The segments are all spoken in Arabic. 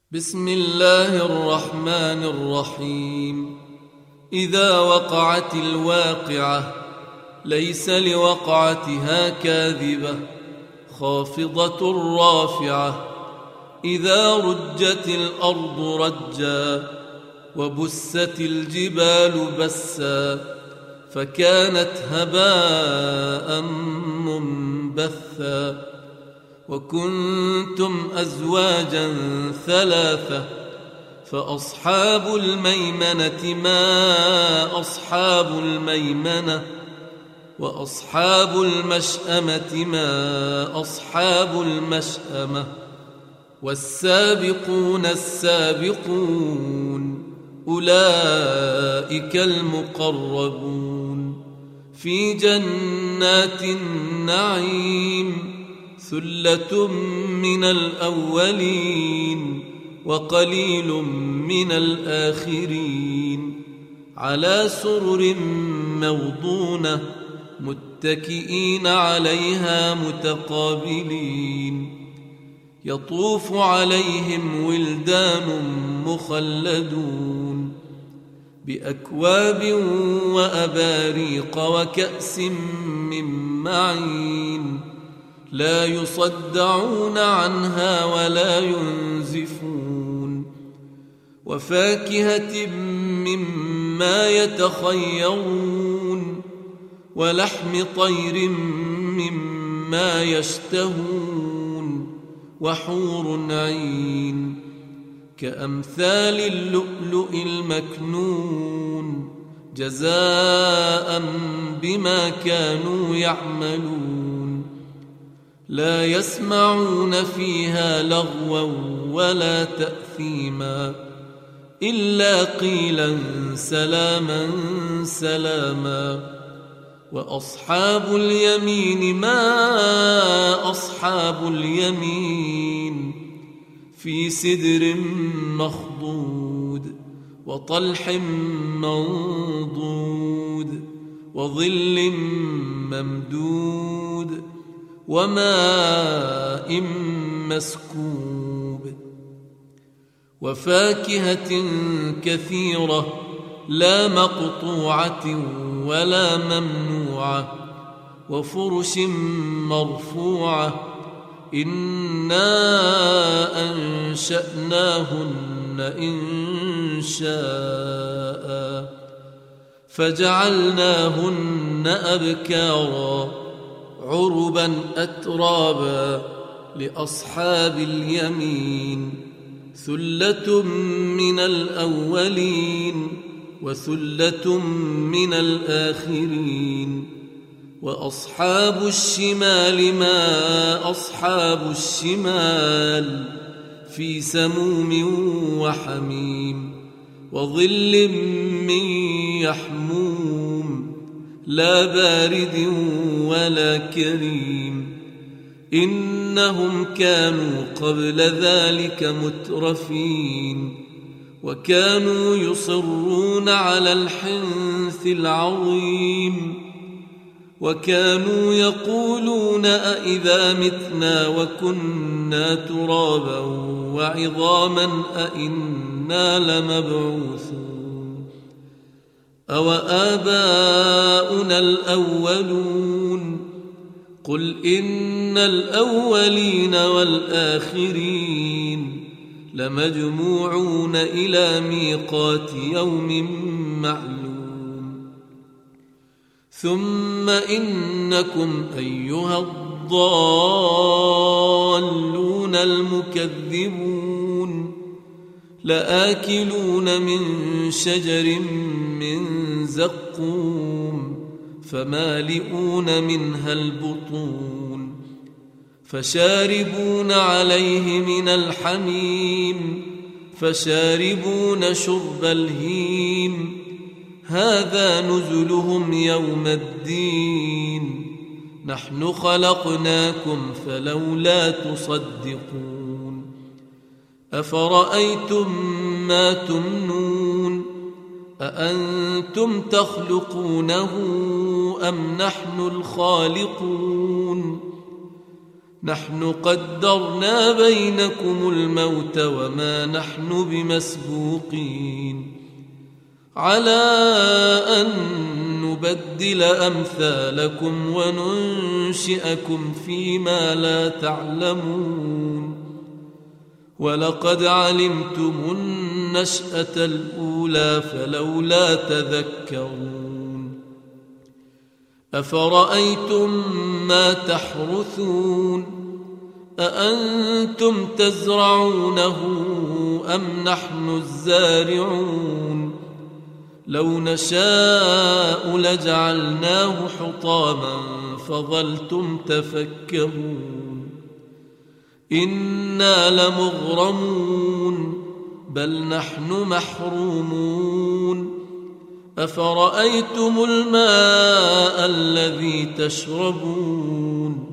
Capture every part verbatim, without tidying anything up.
بسم الله الرحمن الرحيم. إذا وقعت الواقعة ليس لوقعتها كاذبة خافضة رافعة. إذا رجت الأرض رجا وبست الجبال بسا فكانت هباء منبثا. وكنتم أزواجا ثلاثة فأصحاب الميمنة ما أصحاب الميمنة وأصحاب المشأمة ما أصحاب المشأمة. والسابقون السابقون أولئك المقربون في جنات النعيم. ثلة من الأولين وقليل من الآخرين. على سرر موضونة متكئين عليها متقابلين. يطوف عليهم ولدان مخلدون بأكواب وأباريق وكأس من معين. لا يصدعون عنها ولا ينزفون. وفاكهة مما يتخيرون ولحم طير مما يشتهون. وحور عين كأمثال اللؤلؤ المكنون جزاء بما كانوا يعملون. لا يسمعون فيها لغوا ولا تأثيما إلا قيلا سلاما سلاما. وأصحاب اليمين ما أصحاب اليمين. في سدر مخضود وطلح منضود وظل ممدود وماء مسكوب. وفاكهة كثيرة لا مقطوعة ولا ممنوعة. وفرش مرفوعة إنا أنشأناهن إنشاء فجعلناهن أبكارا عربا أترابا لأصحاب اليمين. ثلة من الأولين وثلة من الآخرين. وأصحاب الشمال ما أصحاب الشمال. في سموم وحميم وظل من يحموم لا بارد ولا كريم. إنهم كانوا قبل ذلك مترفين وكانوا يصرون على الحنث العظيم. وكانوا يقولون أئذا متنا وكنا ترابا وعظاما أئنا لمبعوثون أو آباؤنا الأولون. قل إن الأولين والآخرين لمجموعون إلى ميقات يوم معلوم. ثم إنكم أيها الضالون المكذبون لآكلون من شجر من زقوم فمالئون منها البطون. فشاربون عليه من الحميم فشاربون شرب الهيم. هذا نزلهم يوم الدين. نحن خلقناكم فلولا تصدقون. أفرأيتم ما تمنون أأنتم تخلقونه أم نحن الخالقون. نحن قدرنا بينكم الموت وما نحن بمسبوقين على أن نبدل أمثالكم وننشئكم فيما لا تعلمون ولقد علمتم النشأة الأولى فلولا تذكرون أفرأيتم ما تحرثون أأنتم تزرعونه أم نحن الزارعون لو نشاء لجعلناه حطاما فظلتم تفكرون إنا لمغرمون بل نحن محرومون أفرأيتم الماء الذي تشربون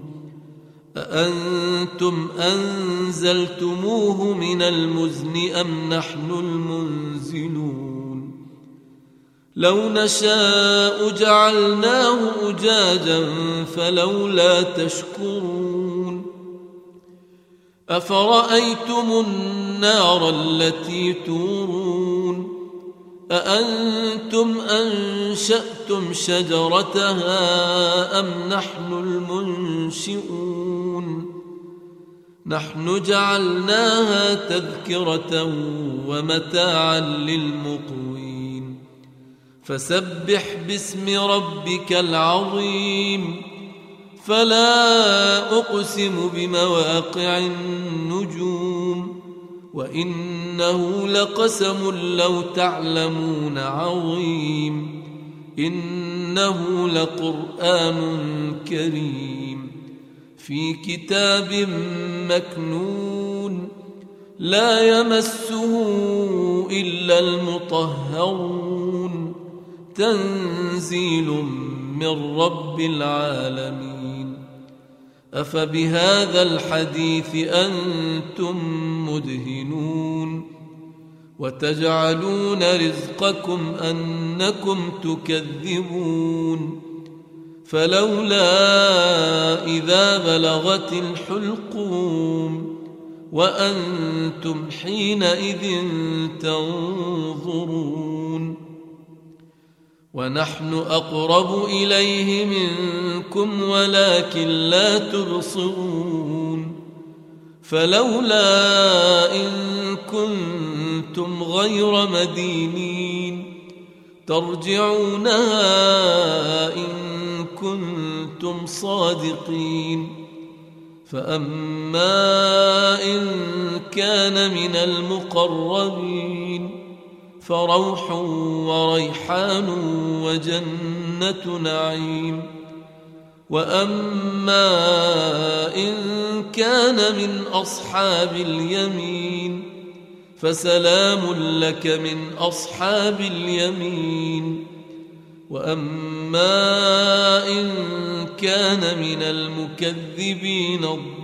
أأنتم أنزلتموه من المزن أم نحن المنزلون لو نشاء جعلناه أجاجا فلولا تشكرون أفرأيتم النار التي تورون أأنتم أنشأتم شجرتها أم نحن المنشئون نحن جعلناها تذكرة ومتاعا للمقوين فسبح باسم ربك العظيم فلا أقسم بمواقع النجوم وإنه لقسم لو تعلمون عظيم إنه لقرآن كريم في كتاب مكنون لا يمسه إلا المطهرون تنزيل من رب العالمين أفبهذا الحديث أنتم مدهنون وتجعلون رزقكم أنكم تكذبون فلولا إذا بلغت الحلقوم وأنتم حينئذ تنظرون ونحن أقرب إليه منكم ولكن لا تبصرون فلولا إن كنتم غير مدينين ترجعونها إن كنتم صادقين فأما إن كان من المقربين فروح وريحان وجنة نعيم وأما إن كان من أصحاب اليمين فسلام لك من أصحاب اليمين وأما إن كان من المكذبين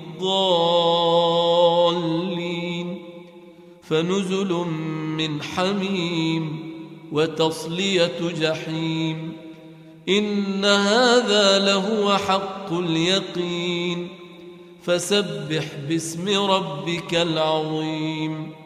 الضالين فنزل من حميم وتصلية جحيم إن هذا لهو حق اليقين فسبح باسم ربك العظيم